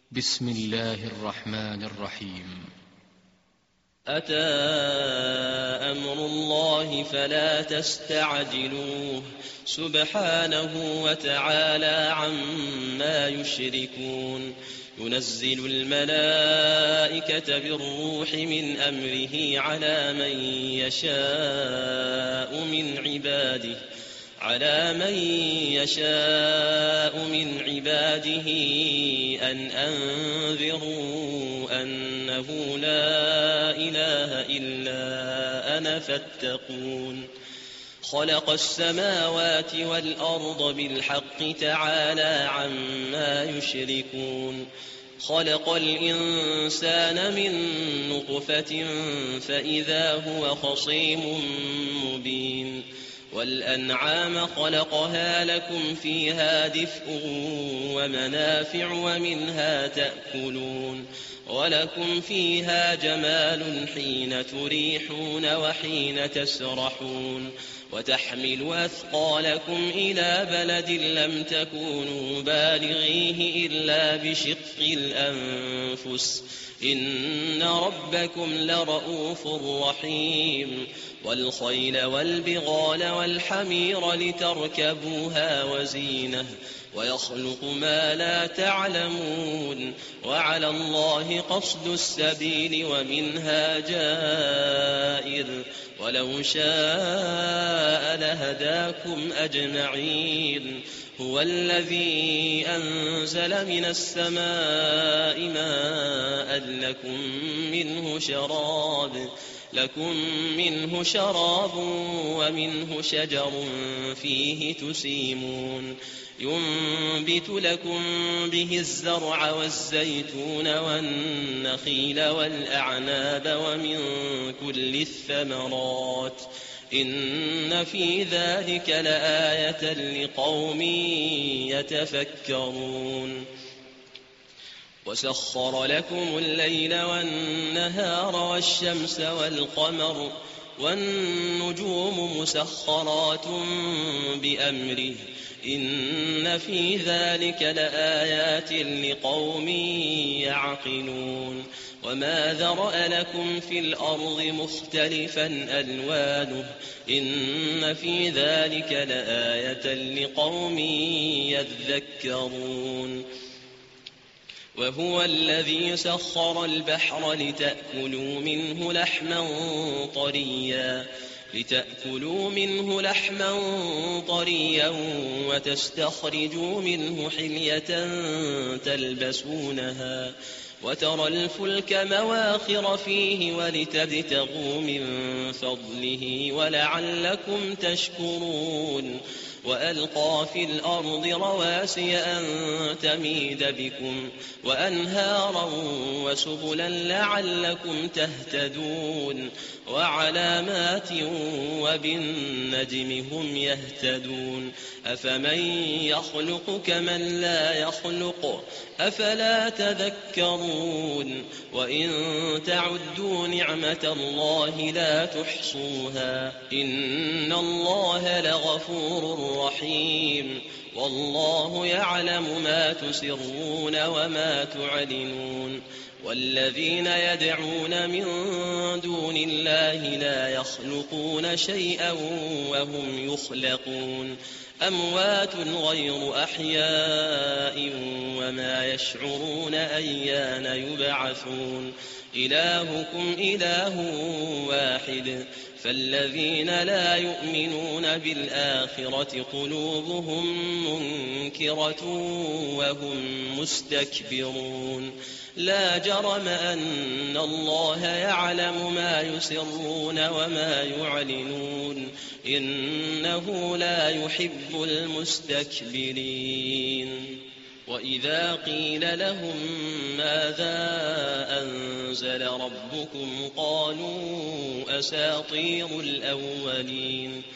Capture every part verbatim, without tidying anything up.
بسم الله الرحمن الرحيم. أتى أمر الله فلا تستعجلوه سبحانه وتعالى عما يشركون. ينزل الملائكة بالروح من أمره على من يشاء من عباده على من يشاء من عباده أن أنذروا أنه لا إله إلا أنا فاتقون. خلق السماوات والأرض بالحق تعالى عما يشركون. خلق الإنسان من نطفة فإذا هو خصيم مبين. والأنعام خلقها لكم فيها دفء ومنافع ومنها تأكلون ولكم فيها جمال حين تريحون وحين تسرحون. وتحمل أثقالكم إلى بلد لم تكونوا بالغيه إلا بشق الأنفس إن ربكم لرؤوف رحيم. والخيل والبغال والحمير لتركبوها وزينة ويخلق ما لا تعلمون وعلى الله قصد السبيل ومنها جائر ولو شاء لهداكم أجمعين. هو الذي أنزل من السماء ماء لكم منه شراب لكم منه شراب ومنه شجر فيه تسيمون. ينبت لكم به الزرع والزيتون والنخيل والأعناب ومن كل الثمرات إن في ذلك لآية لقوم يتفكرون. وسخر لكم الليل والنهار والشمس والقمر والنجوم مسخرات بأمره إن في ذلك لآيات لقوم يعقلون. وما ذرأ لكم في الأرض مختلفا ألوانه إن في ذلك لآية لقوم يذكرون. وهو الذي سخر البحر لتأكلوا منه لحما طريا لتأكلوا منه لحما طريا وتستخرجوا منه حلية تلبسونها وترى الفلك مواخر فيه ولتبتغوا من فضله ولعلكم تشكرون. وألقى في الأرض رواسي أن تميد بكم وأنهارا وسبلا لعلكم تهتدون وعلامات وبالنجم هم يهتدون. أفمن يخلق كمن لا يخلق أفلا تذكرون. وإن تعدوا نعمة الله لا تحصوها إن الله لغفور رحيم. والله يعلم ما تسرون وما تعلنون. والذين يدعون من دون الله لا يخلقون شيئا وهم يخلقون أموات غير أحياء وما يشعرون أيان يبعثون. إلهكم إله واحد فالذين لا يؤمنون بالآخرة قلوبهم منكرة وهم مستكبرون. لا جرم أن الله يعلم ما يسرون وما يعلنون إنه لا يحب المستكبرين. وإذا قيل لهم ماذا أنزل ربكم قالوا أساطير الأولين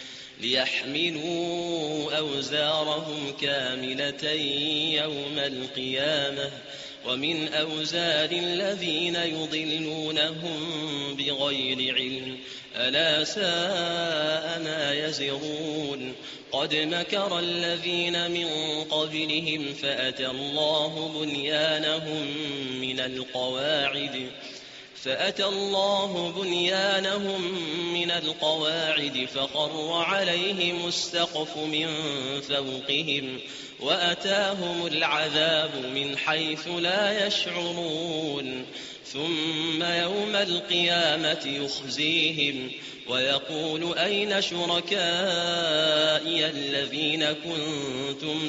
ليحملوا أوزارهم كاملة يوم القيامة ومن أوزار الذين يضلونهم بغير علم ألا ساء ما يزرون قد مكر الذين من قبلهم فأتى الله بنيانهم من القواعد فأتى الله بنيانهم من القواعد فخر عليهم السقف من فوقهم وأتاهم العذاب من حيث لا يشعرون ثم يوم القيامة يخزيهم ويقول أين شركائي الذين كنتم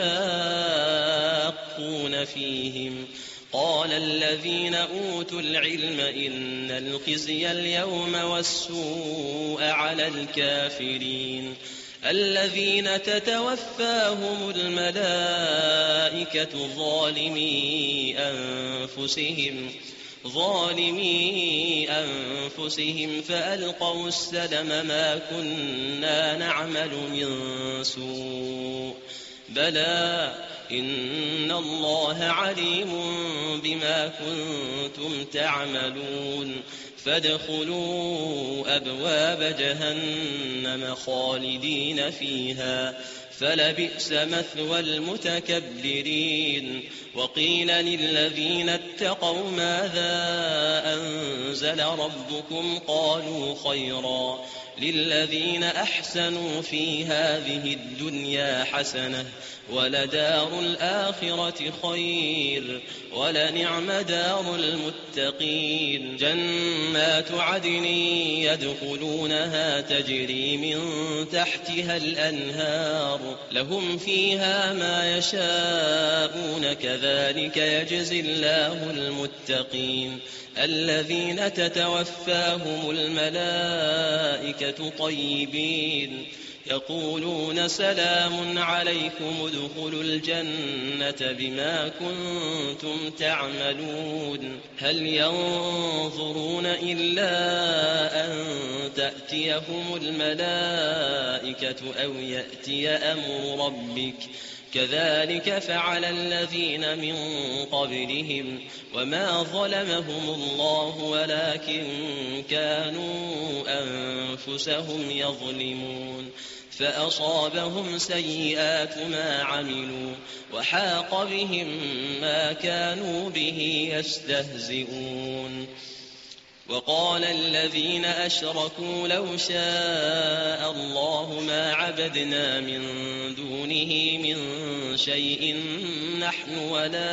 تشاقون فيهم قال الذين أوتوا العلم إن الخزي اليوم والسوء على الكافرين الذين تتوفاهم الملائكة ظالمي أنفسهم ظالمي أنفسهم فألقوا السلم ما كنا نعمل من سوء بلى إن الله عليم بما كنتم تعملون فادخلوا أبواب جهنم خالدين فيها فلبئس مثوى المتكبرين وقيل للذين اتقوا ماذا أنزل ربكم قالوا خيرا للذين أحسنوا في هذه الدنيا حسنة ولدار الآخرة خير ولنعم دار المتقين جنات عدن يدخلونها تجري من تحتها الأنهار لهم فيها ما يشاءون كذلك يجزي الله المتقين الذين تتوفاهم الملائكة طيبين يقولون سلام عليكم ادخلوا الجنة بما كنتم تعملون هل ينظرون إلا أن تأتيهم الملائكة أو يأتي أمر ربك كذلك فعل الذين من قبلهم وما ظلمهم الله ولكن كانوا أنفسهم يظلمون فأصابهم سيئات ما عملوا وحاق بهم ما كانوا به يستهزئون وقال الذين أشركوا لو شاء الله ما عبدنا من دونه من شيء نحن ولا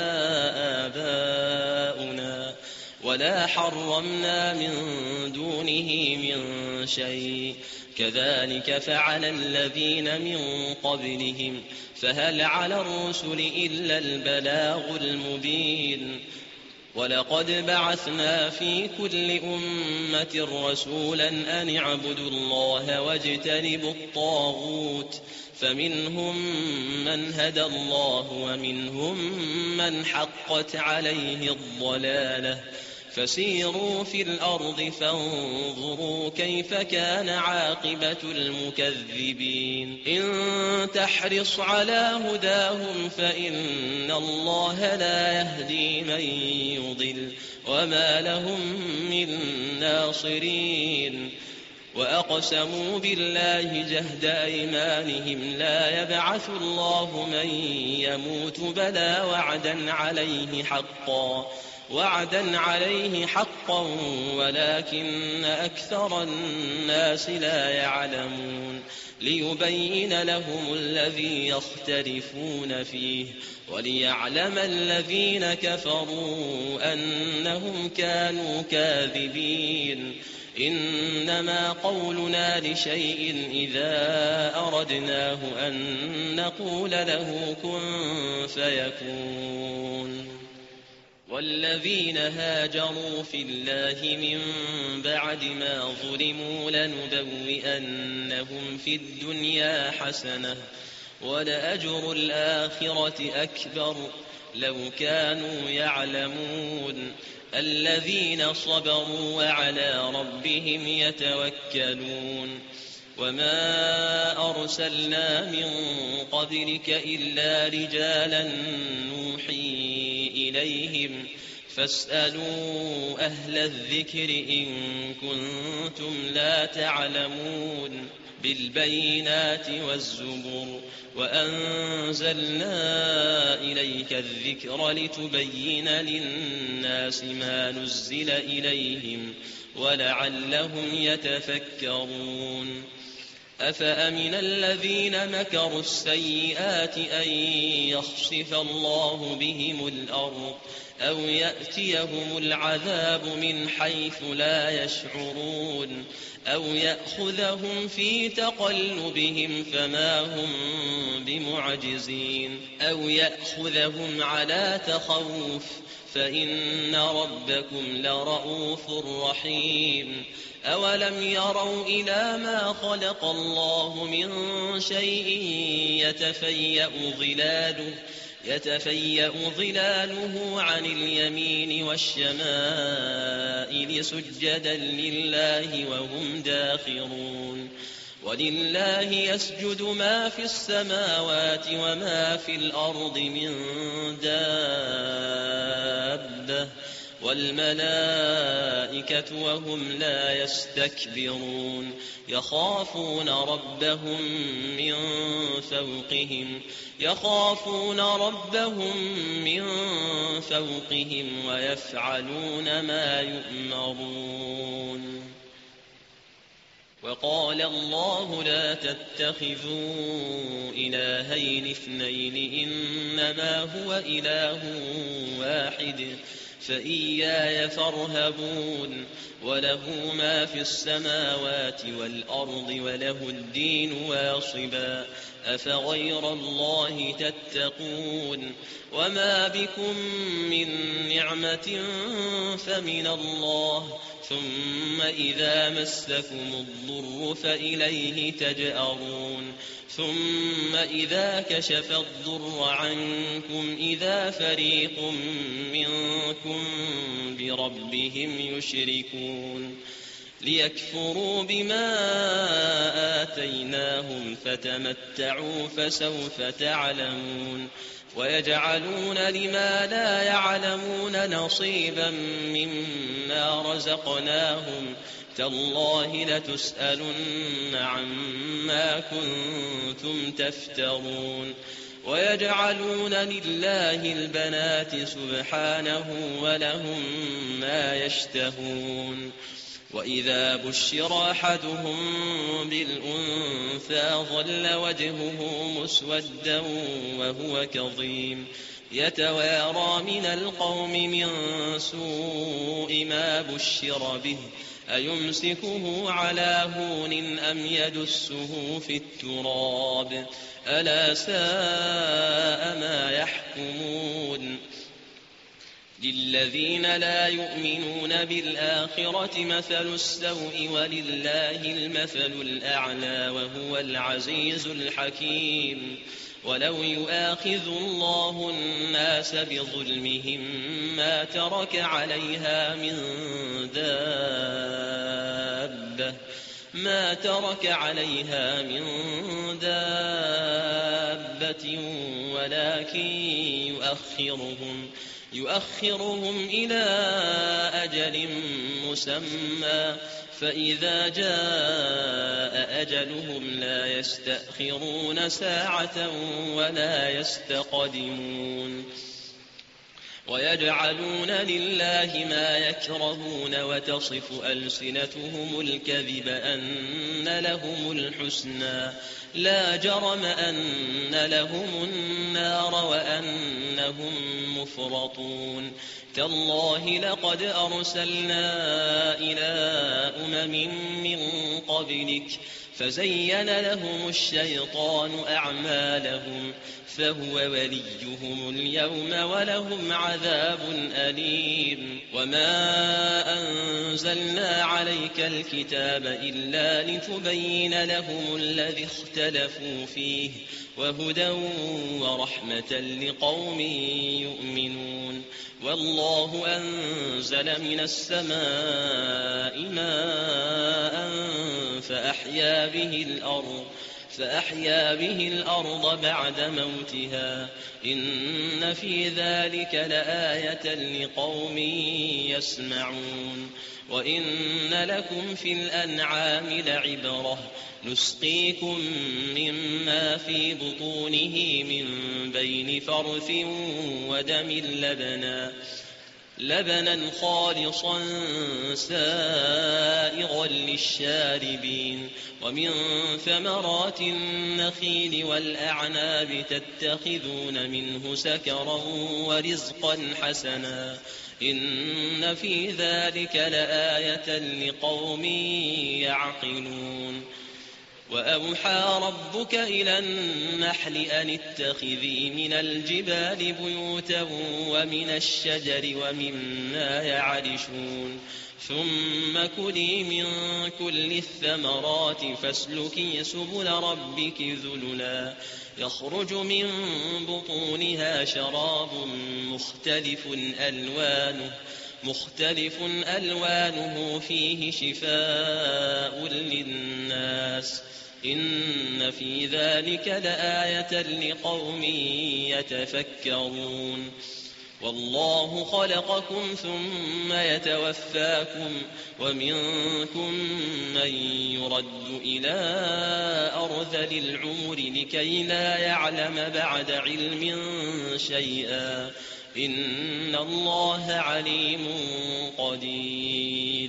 آباؤنا ولا حرمنا من دونه من شيء كذلك فعل الذين من قبلهم فهل على الرسل إلا البلاغ المبين ولقد بعثنا في كل أمة رسولا أن اعبدوا الله واجتنبوا الطاغوت فمنهم من هدى الله ومنهم من حقت عليه الضلالة فسيروا في الأرض فانظروا كيف كان عاقبة المكذبين إن تحرص على هداهم فإن الله لا يهدي من يضل وما لهم من ناصرين وأقسموا بالله جهد أيمانهم لا يبعث الله من يموت بلى وعدا عليه حقا وعدا عليه حقا ولكن أكثر الناس لا يعلمون ليبين لهم الذي يختلفون فيه وليعلم الذين كفروا أنهم كانوا كاذبين إنما قولنا لشيء إذا أردناه أن نقول له كن فيكون والذين هاجروا في الله من بعد ما ظلموا لنبوئنهم في الدنيا حسنة ولأجر الآخرة أكبر لو كانوا يعلمون الذين صبروا وعلى ربهم يتوكلون وما أرسلنا من قبلك إلا رجالا نوحي إليهم فاسألوا أهل الذكر إن كنتم لا تعلمون بالبينات والزبر وأنزلنا إليك الذكر لتبين للناس ما نزل إليهم ولعلهم يتفكرون أفأمن الذين مكروا السيئات أن يخسف الله بهم الأرض أو يأتيهم العذاب من حيث لا يشعرون أو يأخذهم في تقلبهم فما هم بمعجزين أو يأخذهم على تخوف فإن ربكم لرؤوف رحيم أولم يروا إلى ما خلق الله من شيء يتفيأ ظلاله يتفيأ ظلاله عن اليمين والشمائل سجدا لله وهم داخرون ولله يسجد ما في السماوات وما في الأرض من دابة والملائكة وهم لا يستكبرون يخافون ربهم من فوقهم يخافون ربهم من فوقهم ويفعلون ما يؤمرون وقال الله لا تتخذوا إلهين اثنين إنما هو إله واحد فإياي فارهبون وله ما في السماوات والأرض وله الدين واصبا أفغير الله تتقون وما بكم من نعمة فمن الله ثم إذا مسكم الضر فإليه تجأرون ثم إذا كشف الضر عنكم إذا فريق منكم بربهم يشركون ليكفروا بما آتيناهم فتمتعوا فسوف تعلمون ويجعلون لما لا يعلمون نصيبا مما رزقناهم تالله لتسألن عما كنتم تفترون ويجعلون لله البنات سبحانه ولهم ما يشتهون وإذا بشر أحدهم بالأنثى ظل وجهه مسودا وهو كظيم يتوارى من القوم من سوء ما بشر به أيمسكه على هون أم يدسه في التراب ألا ساء ما يحكمون للذين لا يؤمنون بالآخرة مثل السوء ولله المثل الأعلى وهو العزيز الحكيم ولو يؤاخذ الله الناس بظلمهم ما ترك عليها من دابة ما ترك عليها من دابة ولكن يؤخرهم يؤخرهم إلى أجل مسمى فإذا جاء أجلهم لا يستأخرون ساعة ولا يستقدمون ويجعلون لله ما يكرهون وتصف ألسنتهم الكذب أن لهم الحسنى لا جرم أن لهم النار وأنهم مفرطون تالله لقد أرسلنا إلى أمم من قبلك فزين لهم الشيطان أعمالهم فهو وليهم اليوم ولهم عذاب أليم وما أنزلنا عليك الكتاب إلا لتبين لهم الذي اختلفوا فيه وهدى ورحمة لقوم يؤمنون والله أنزل من السماء ماء فأحيا به الأرض فأحيا به الأرض بعد موتها إن في ذلك لآية لقوم يسمعون وإن لكم في الأنعام لعبرة نسقيكم مما في بطونه من بين فرث ودم لبنا لبنا خالصا سائغا للشاربين ومن ثمرات النخيل والأعناب تتخذون منه سكرا ورزقا حسنا إن في ذلك لآية لقوم يعقلون وأوحى ربك إلى النحل أن اتخذي من الجبال بيوتا ومن الشجر ومما يعرشون ثم كلي من كل الثمرات فاسلكي سبل ربك ذللا يخرج من بطونها شراب مختلف ألوانه مختلف ألوانه فيه شفاء للناس إن في ذلك لآية لقوم يتفكرون والله خلقكم ثم يتوفاكم ومنكم من يرد إلى أرذل العمر لكي لا يعلم بعد علم شيئا إن الله عليم قدير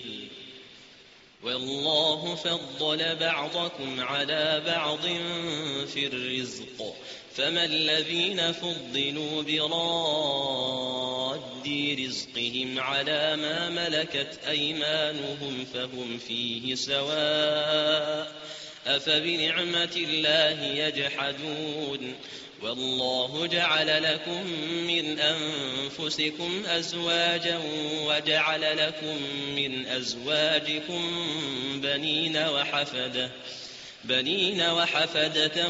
والله فضل بعضكم على بعض في الرزق فما الذين فضلوا براد رزقهم على ما ملكت أيمانهم فهم فيه سواء أفبنعمة الله يجحدون والله جعل لكم من أنفسكم أزواجا وجعل لكم من أزواجكم بنين وحفدة بنين وحفدة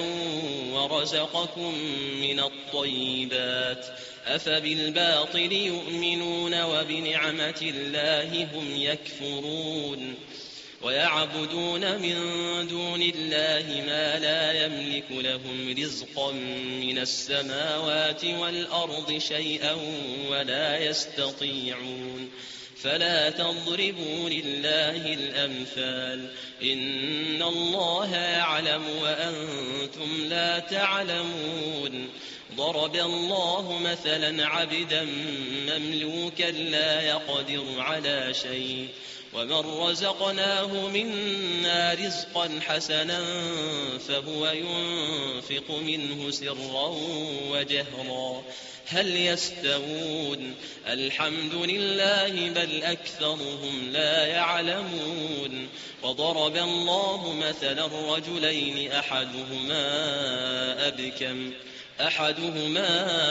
ورزقكم من الطيبات أفبالباطل يؤمنون وبنعمة الله هم يكفرون ويعبدون من دون الله ما لا يملك لهم رزقا من السماوات والأرض شيئا ولا يستطيعون فلا تضربوا لله الأمثال إن الله يعلم وأنتم لا تعلمون ضرب الله مثلا عبدا مملوكا لا يقدر على شيء ومن رزقناه منا رزقا حسنا فهو ينفق منه سرا وجهرا هل يستوون الحمد لله بل أكثرهم لا يعلمون وضرب الله مثلا رجلين أحدهما أبكم أحدهما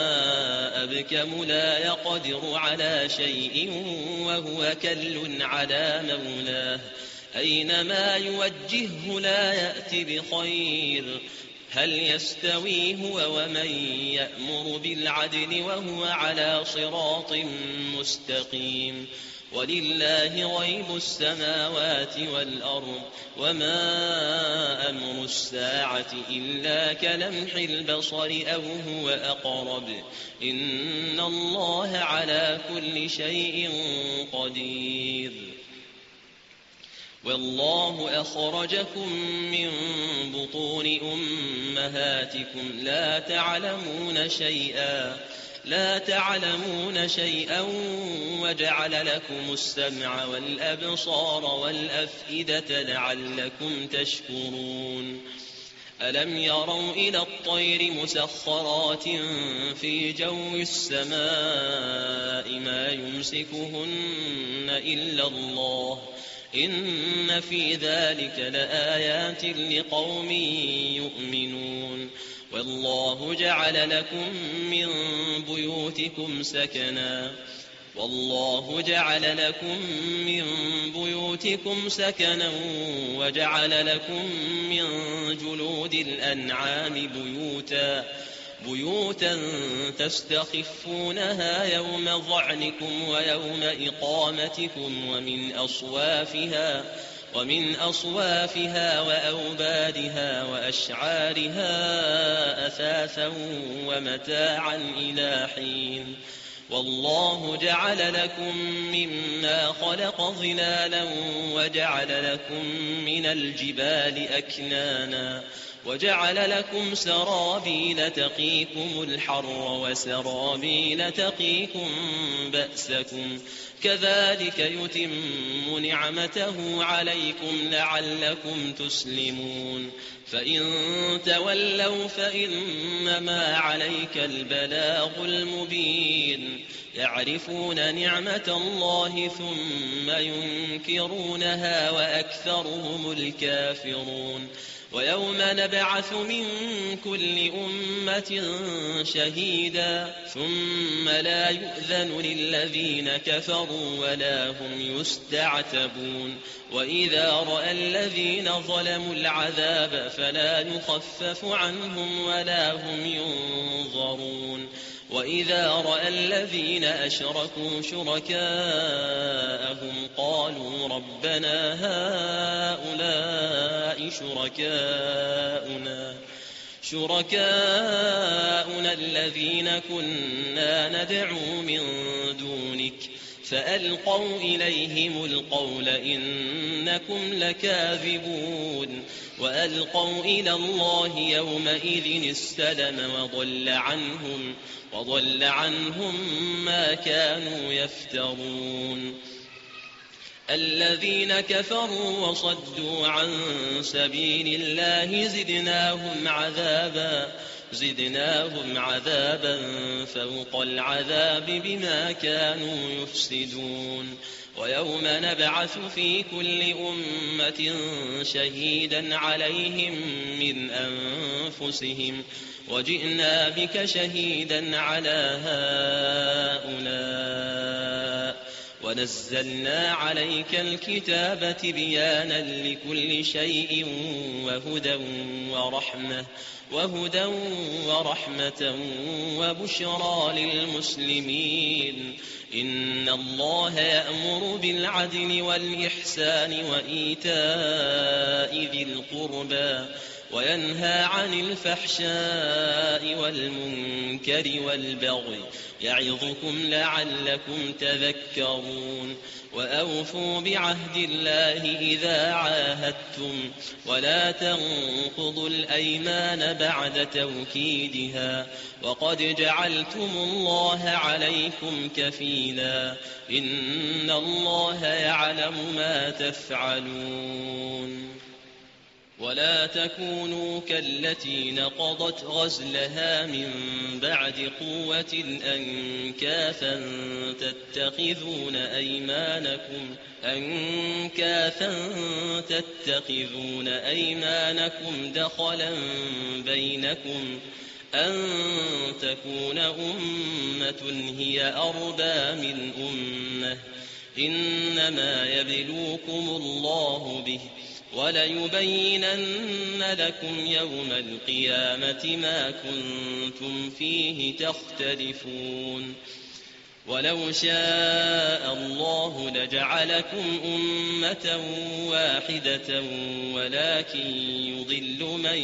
أبكم لا يقدر على شيء وهو كل على مولاه أينما يوجهه لا يأتي بخير هل يستوي هو ومن يأمر بالعدل وهو على صراط مستقيم ولله غيب السماوات والأرض وما أمر الساعة إلا كلمح البصر أو هو أقرب إن الله على كل شيء قدير والله أخرجكم من بطون أمهاتكم لا تعلمون شيئا لا تعلمون شيئا وجعل لكم السمع والأبصار والأفئدة لعلكم تشكرون ألم يروا إلى الطير مسخرات في جو السماء ما يمسكهن إلا الله إن في ذلك لآيات لقوم يؤمنون والله جعل لكم من بيوتكم سكنا والله جعل لكم من بيوتكم سكنا وجعل لكم من جلود الأنعام بيوتا بيوتا تستخفونها يوم ظعنكم ويوم إقامتكم ومن أصوافها ومن أصوافها وأوبادها وأشعارها أثاثا ومتاعا إلى حين والله جعل لكم مما خلق ظلالا وجعل لكم من الجبال أكنانا وجعل لكم سرابيل تقيكم الحر وسرابيل تقيكم بأسكم كذلك يتم نعمته عليكم لعلكم تسلمون فإن تولوا فإنما عليك البلاغ المبين يعرفون نعمة الله ثم ينكرونها وأكثرهم الكافرون ويوم نبعث من كل أمة شهيدا ثم لا يؤذن للذين كفروا ولا هم يستعتبون وإذا رأى الذين ظلموا العذاب فلا يخفف عنهم ولا هم ينظرون وإذا رأى الذين أشركوا شركاءهم قالوا ربنا هؤلاء شركاؤنا شركاؤنا الذين كنا ندعو من دونك فألقوا إليهم القول إنكم لكاذبون وألقوا إلى الله يومئذ السلم وضل عنهم وضل عنهم ما كانوا يفترون الذين كفروا وصدوا عن سبيل الله زدناهم عذابا زدناهم عذابا فوق العذاب بما كانوا يفسدون ويوم نبعث في كل أمة شهيدا عليهم من أنفسهم وجئنا بك شهيدا على هؤلاء ونزلنا عليك الكتاب تبيانا لكل شيء وهدى ورحمة وهدى ورحمة وبشرى للمسلمين إن الله يأمر بالعدل والإحسان وإيتاء ذي القربى وينهى عن الفحشاء والمنكر والبغي يعظكم لعلكم تذكرون وأوفوا بعهد الله إذا عاهدتم ولا تنقضوا الأيمان بعد توكيدها وقد جعلتم الله عليكم كفيلا إن الله يعلم ما تفعلون ولا تكونوا كالتي نقضت غزلها من بعد قوة أنكاثا تتخذون أيمانكم أنكاثا تتخذون أيمانكم دخلا بينكم أن تكون أمة هي أربى من أمة إنما يبلوكم الله به وليبينن لكم يوم القيامة ما كنتم فيه تختلفون ولو شاء الله لجعلكم أمة واحدة ولكن يضل من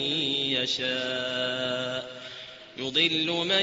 يشاء يضل من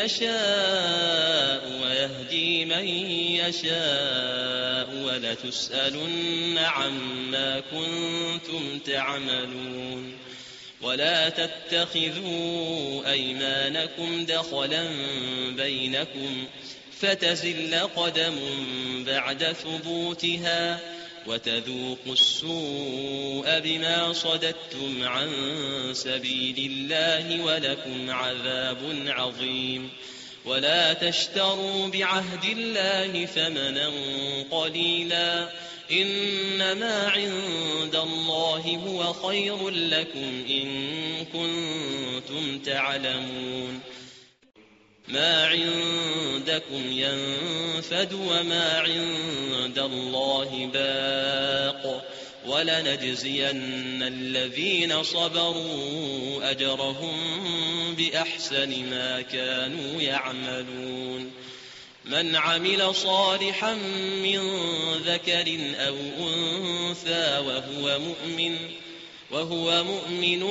يشاء ويهدي من يشاء ولتسألن عما كنتم تعملون ولا تتخذوا أيمانكم دخلا بينكم فتزل قدم بعد ثبوتها وتذوقوا السوء بما صددتم عن سبيل الله ولكم عذاب عظيم ولا تشتروا بعهد الله ثمنا قليلا إنما عند الله هو خير لكم إن كنتم تعلمون ما عندكم ينفد وما عند الله باق ولنجزين الذين صبروا أجرهم بأحسن ما كانوا يعملون من عمل صالحا من ذكر أو أنثى وهو مؤمن وهو مؤمن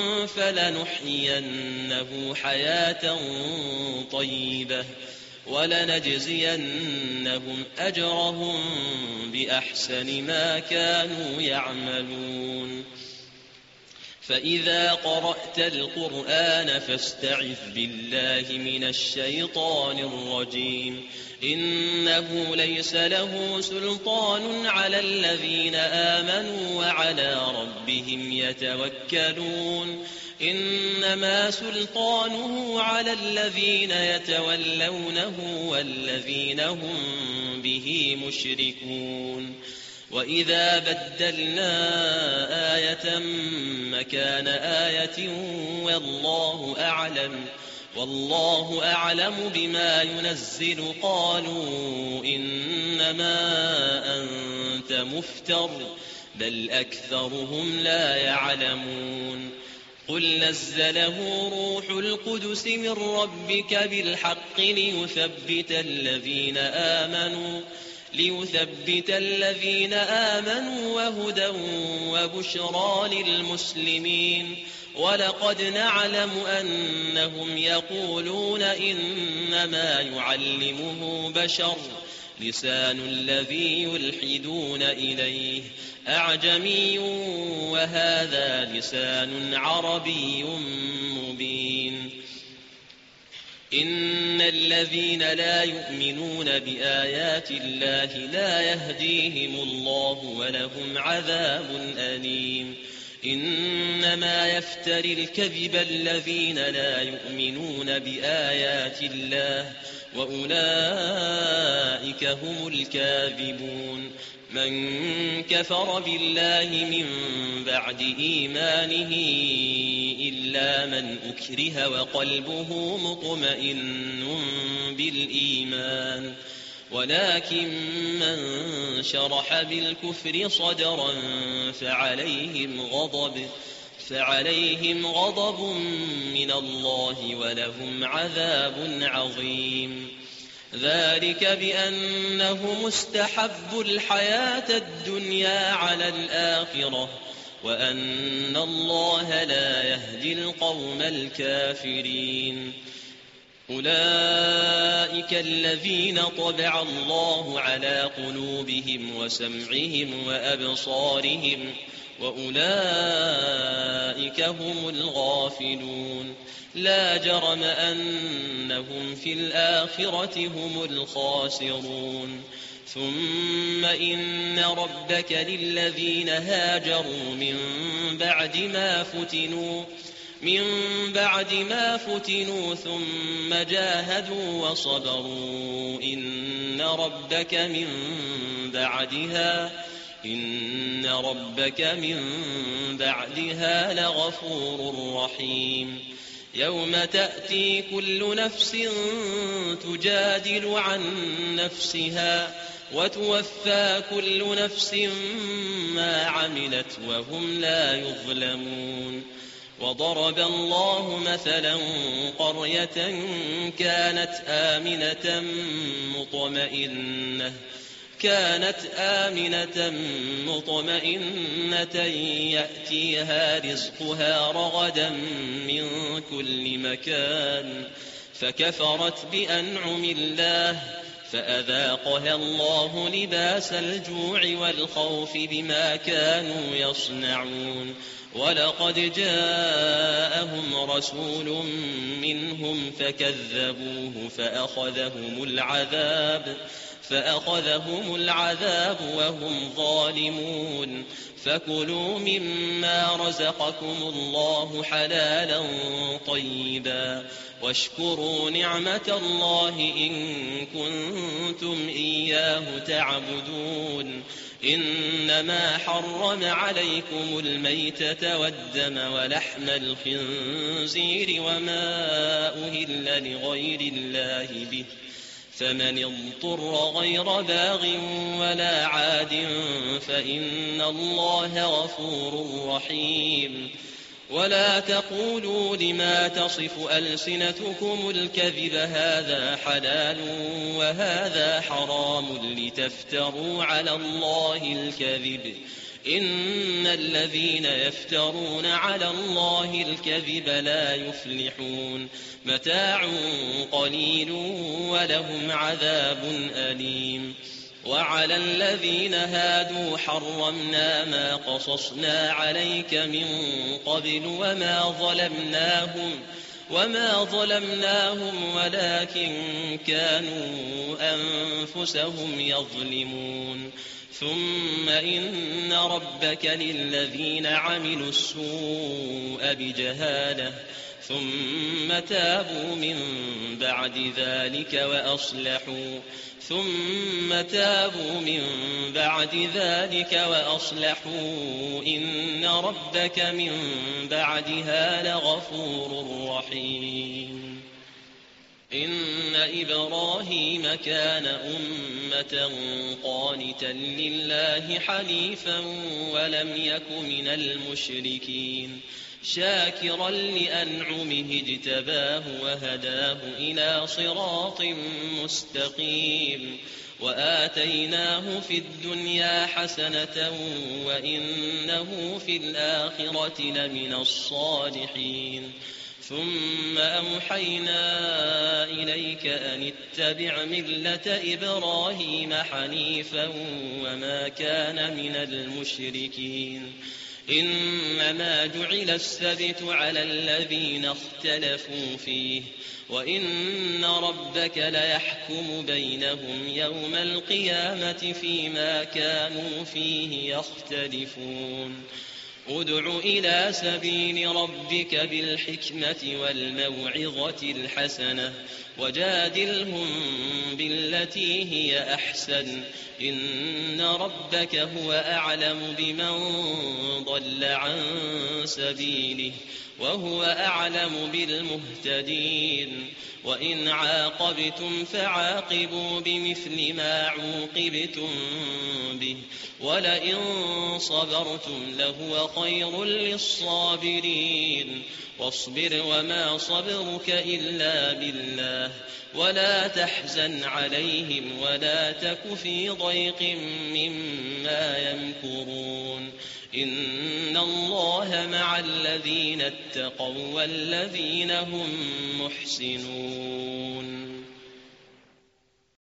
فلنحيينه حياة طيبة ولنجزينهم أجرهم بأحسن ما كانوا يعملون فإذا قرأت القرآن فاستعذ بالله من الشيطان الرجيم إنه ليس له سلطان على الذين آمنوا وعلى ربهم يتوكلون إنما سلطانه على الذين يتولونه والذين هم به مشركون وإذا بدلنا آية مكان آية والله أعلم والله أعلم بما ينزل قالوا إنما أنت مفتر بل أكثرهم لا يعلمون قل نزله روح القدس من ربك بالحق ليثبت الذين آمنوا ليثبت الذين آمنوا وهدى وبشرى للمسلمين ولقد نعلم أنهم يقولون إنما يعلمه بشر لسان الذي يلحدون إليه أعجمي وهذا لسان عربي مبين إن الذين لا يؤمنون بآيات الله لا يهديهم الله ولهم عذاب أليم إنما يفتري الكذب الذين لا يؤمنون بآيات الله وأولئك هم الكاذبون من كفر بالله من بعد إيمانه إلا من أكره وقلبه مطمئن بالإيمان ولكن من شرح بالكفر صدرا فعليهم غضب فعليهم غضب من الله ولهم عذاب عظيم ذلك بأنه مستحب الحياة الدنيا على الآخرة وأن الله لا يهدي القوم الكافرين أولئك الذين طبع الله على قلوبهم وسمعهم وأبصارهم وأولئك هم الغافلون لا جرم أنهم في الآخرة هم الخاسرون ثم إن ربك للذين هاجروا من بعد ما فتنوا من بعد ما فتنوا ثم جاهدوا وصبروا إن ربك من بعدها إن ربك من بعدها لغفور رحيم يوم تأتي كل نفس تجادل عن نفسها وتوفى كل نفس ما عملت وهم لا يظلمون وضرب الله مثلا قرية كانت آمنة مطمئنة كانت آمنة مطمئنة يأتيها رزقها رغدا من كل مكان فكفرت بأنعم الله فأذاقها الله لباس الجوع والخوف بما كانوا يصنعون ولقد جاءهم رسول منهم فكذبوه فأخذهم العذاب فأخذهم العذاب وهم ظالمون فكلوا مما رزقكم الله حلالا طيبا واشكروا نعمة الله إن كنتم إياه تعبدون إنما حرم عليكم الميتة والدم ولحم الخنزير وما أهل لغير الله به فمن اضطر غير باغ ولا عاد فإن الله غفور رحيم ولا تقولوا لما تصف ألسنتكم الكذب هذا حلال وهذا حرام لتفتروا على الله الكذب إن الذين يفترون على الله الكذب لا يفلحون متاع قليل ولهم عذاب أليم وعلى الذين هادوا حرمنا ما قصصنا عليك من قبل وما ظلمناهم وما ظلمناهم ولكن كانوا أنفسهم يظلمون ثم إن ربك للذين عملوا السوء بجهالة ثم تابوا من بعد ذلك وأصلحوا ثم تابوا من بعد ذلك وأصلحوا إن ربك من بعدها لغفور رحيم إن إبراهيم كان أمة قانتا لله حنيفا ولم يك من المشركين شاكرا لأنعمه اجتباه وهداه إلى صراط مستقيم وآتيناه في الدنيا حسنة وإنه في الآخرة لمن الصالحين ثم أوحينا إليك أن اتبع ملة إبراهيم حنيفا وما كان من المشركين إنما جعل السبت على الذين اختلفوا فيه وإن ربك ليحكم بينهم يوم القيامة فيما كانوا فيه يختلفون ادع إلى سبيل ربك بالحكمة والموعظة الحسنة وجادلهم بالتي هي أحسن إن ربك هو أعلم بمن ضل عن سبيله وهو أعلم بالمهتدين وإن عاقبتم فعاقبوا بمثل ما عوقبتم به ولئن صبرتم لهو خير للصابرين واصبر وما صبرك إلا بالله ولا تحزن عليهم ولا تك في ضيق مما يمكرون إن الله مع الذين اتقوا والذين هم محسنون